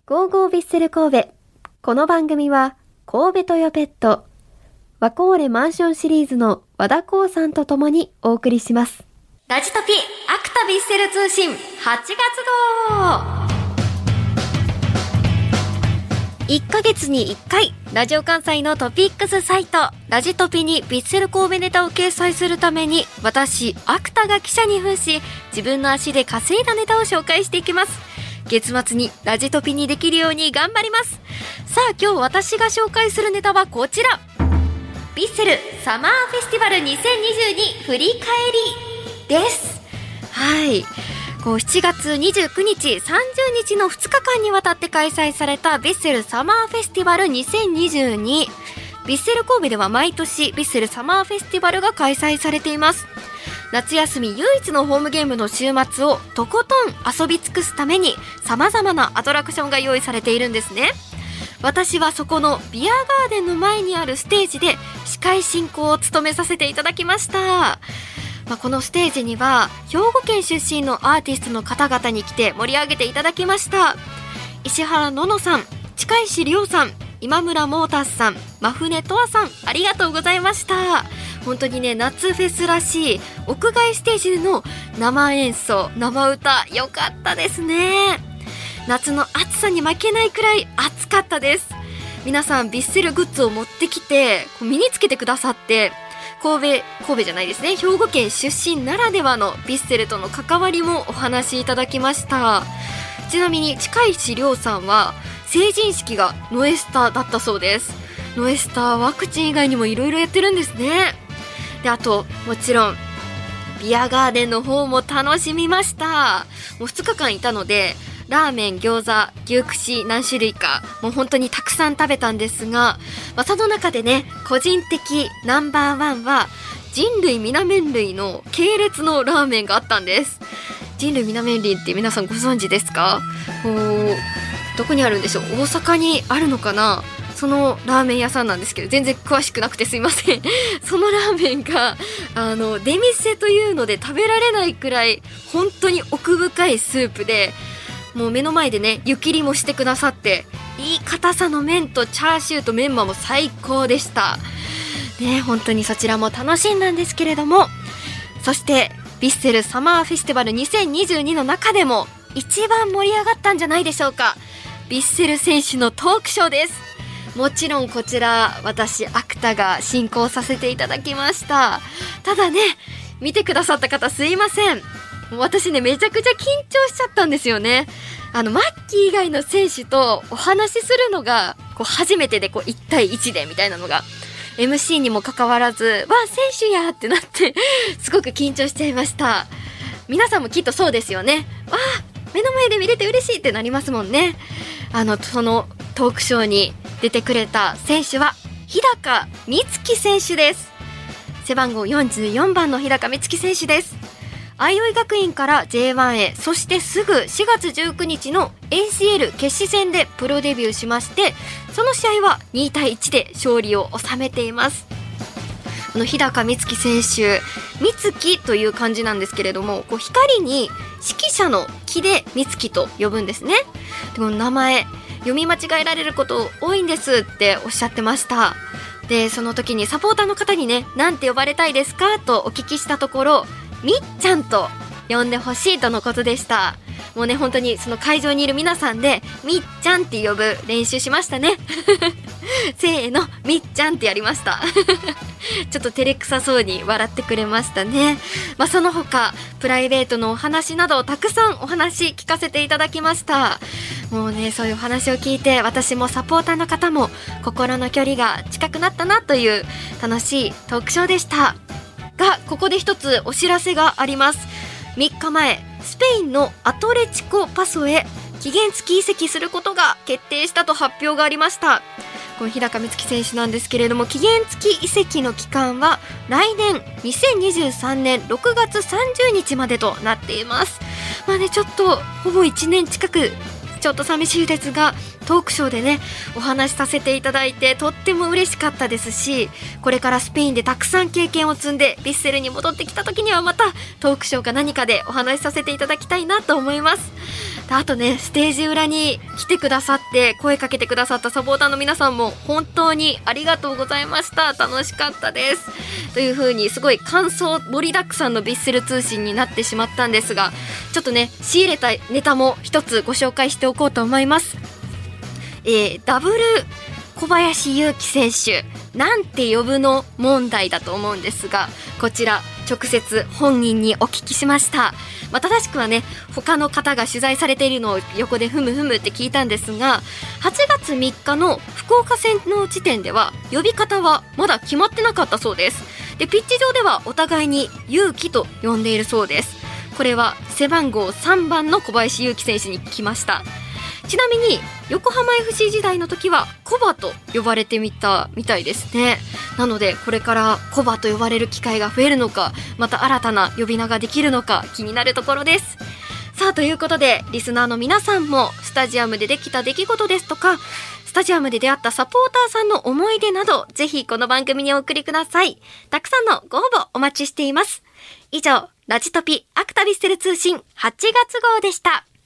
ゴーゴービッセル神戸。この番組は神戸トヨペット、ワコーレマンションシリーズの和田光さんと共にお送りします。 ラジトピアクタビッセル通信8月号。1ヶ月に1回、ラジオ関西のトピックスサイト、ラジトピにビッセル神戸ネタを掲載するために、私、アクタが記者に扮し、自分の足で稼いだネタを紹介していきます。月末にラジトピにできるように頑張ります。さあ、今日私が紹介するネタはこちら。ビッセルサマーフェスティバル2022振り返りです。はい。7月29日、30日の2日間にわたって開催されたビッセルサマーフェスティバル2022。ビッセル神戸では毎年ビッセルサマーフェスティバルが開催されています。夏休み唯一のホームゲームの週末をとことん遊び尽くすために様々なアトラクションが用意されているんですね。私はそこのビアガーデンの前にあるステージで司会進行を務めさせていただきました。このステージには兵庫県出身のアーティストの方々に来て盛り上げていただきました。石原ののさん、近石亮さん、今村モータスさん、真船とわさん、ありがとうございました。本当にね、夏フェスらしい屋外ステージでの生演奏、生歌、良かったですね。夏の暑さに負けないくらい暑かったです。皆さんビッセルグッズを持ってきて身につけてくださって、神戸じゃないですね、兵庫県出身ならではのビッセルとの関わりもお話しいただきました。ちなみに近石亮さんは成人式がノエスタだったそうです。ノエスタワクチン以外にもいろいろやってるんですね。で、あともちろんビアガーデンの方も楽しみました。もう2日間いたのでラーメン、餃子、牛串何種類かもう本当にたくさん食べたんですが、その中でね、個人的ナンバーワンは人類みな麺類の系列のラーメンがあったんです。人類みな麺類って皆さんご存知ですか？どこにあるんでしょう。大阪にあるのかな。そのラーメン屋さんなんですけど、全然詳しくなくてすいません。そのラーメンが出店というので食べられないくらい本当に奥深いスープで、もう目の前でね、湯切りもしてくださって、いい硬さの麺とチャーシューとメンマも最高でしたね。本当にそちらも楽しんだんですけれども、そしてビッセルサマーフェスティバル2022の中でも一番盛り上がったんじゃないでしょうか。ビッセル選手のトークショーです。もちろんこちら私アクタが進行させていただきました。ただね、見てくださった方すいません。私ね、めちゃくちゃ緊張しちゃったんですよね。マッキー以外の選手とお話しするのが初めてで1対1でみたいなのが MC にもかかわらず、わあ選手やってなってすごく緊張しちゃいました。皆さんもきっとそうですよね。わあ目の前で見れて嬉しいってなりますもんね。そのトークショーに出てくれた選手は日高美月選手です。背番号44番の日高美月選手です。相生学院から J1 へ、そしてすぐ4月19日の ACL 決死戦でプロデビューしまして、その試合は2対1で勝利を収めています。日高美月選手、美月という漢字なんですけれども、光に指揮者の木で美月と呼ぶんですね。でも名前読み間違えられること多いんですっておっしゃってました。で、その時にサポーターの方にね、なんて呼ばれたいですかとお聞きしたところ、みっちゃんと呼んでほしいとのことでした。もうね、本当にその会場にいる皆さんでみっちゃんって呼ぶ練習しましたね。せーの、みっちゃんってやりました。ちょっと照れくさそうに笑ってくれましたね。その他プライベートのお話などをたくさんお話聞かせていただきました。もうね、そういうお話を聞いて私もサポーターの方も心の距離が近くなったなという楽しいトークショーでしたが、ここで一つお知らせがあります。3日前、スペインのアトレチコパソへ期限付き移籍することが決定したと発表がありました。この日高美月選手なんですけれども、期限付き移籍の期間は来年2023年6月30日までとなっています。ちょっとほぼ1年近くちょっと寂しいですが、トークショーでねお話しさせていただいてとっても嬉しかったですし、これからスペインでたくさん経験を積んでヴィッセルに戻ってきた時にはまたトークショーか何かでお話しさせていただきたいなと思います。あとね、ステージ裏に来てくださって声かけてくださったサポーターの皆さんも本当にありがとうございました。楽しかったですという風に、すごい感想盛りだくさんのヴィッセル通信になってしまったんですが、ちょっとね仕入れたネタも一つご紹介しておこうと思います。ダブル小林優輝選手なんて呼ぶの問題だと思うんですが、こちら直接本人にお聞きしました。正しくはね、他の方が取材されているのを横でふむふむって聞いたんですが、8月3日の福岡戦の時点では呼び方はまだ決まってなかったそうです。で、ピッチ上ではお互いに勇気と呼んでいるそうです。これは背番号3番の小林優輝選手に聞きました。ちなみに横浜 FC 時代の時はコバと呼ばれてみたみたいですね。なのでこれからコバと呼ばれる機会が増えるのか、また新たな呼び名ができるのか気になるところです。さあ、ということでリスナーの皆さんもスタジアムでできた出来事ですとか、スタジアムで出会ったサポーターさんの思い出など、ぜひこの番組にお送りください。たくさんのご応募お待ちしています。以上、ラジトピアクタヴィッセル通信8月号でした。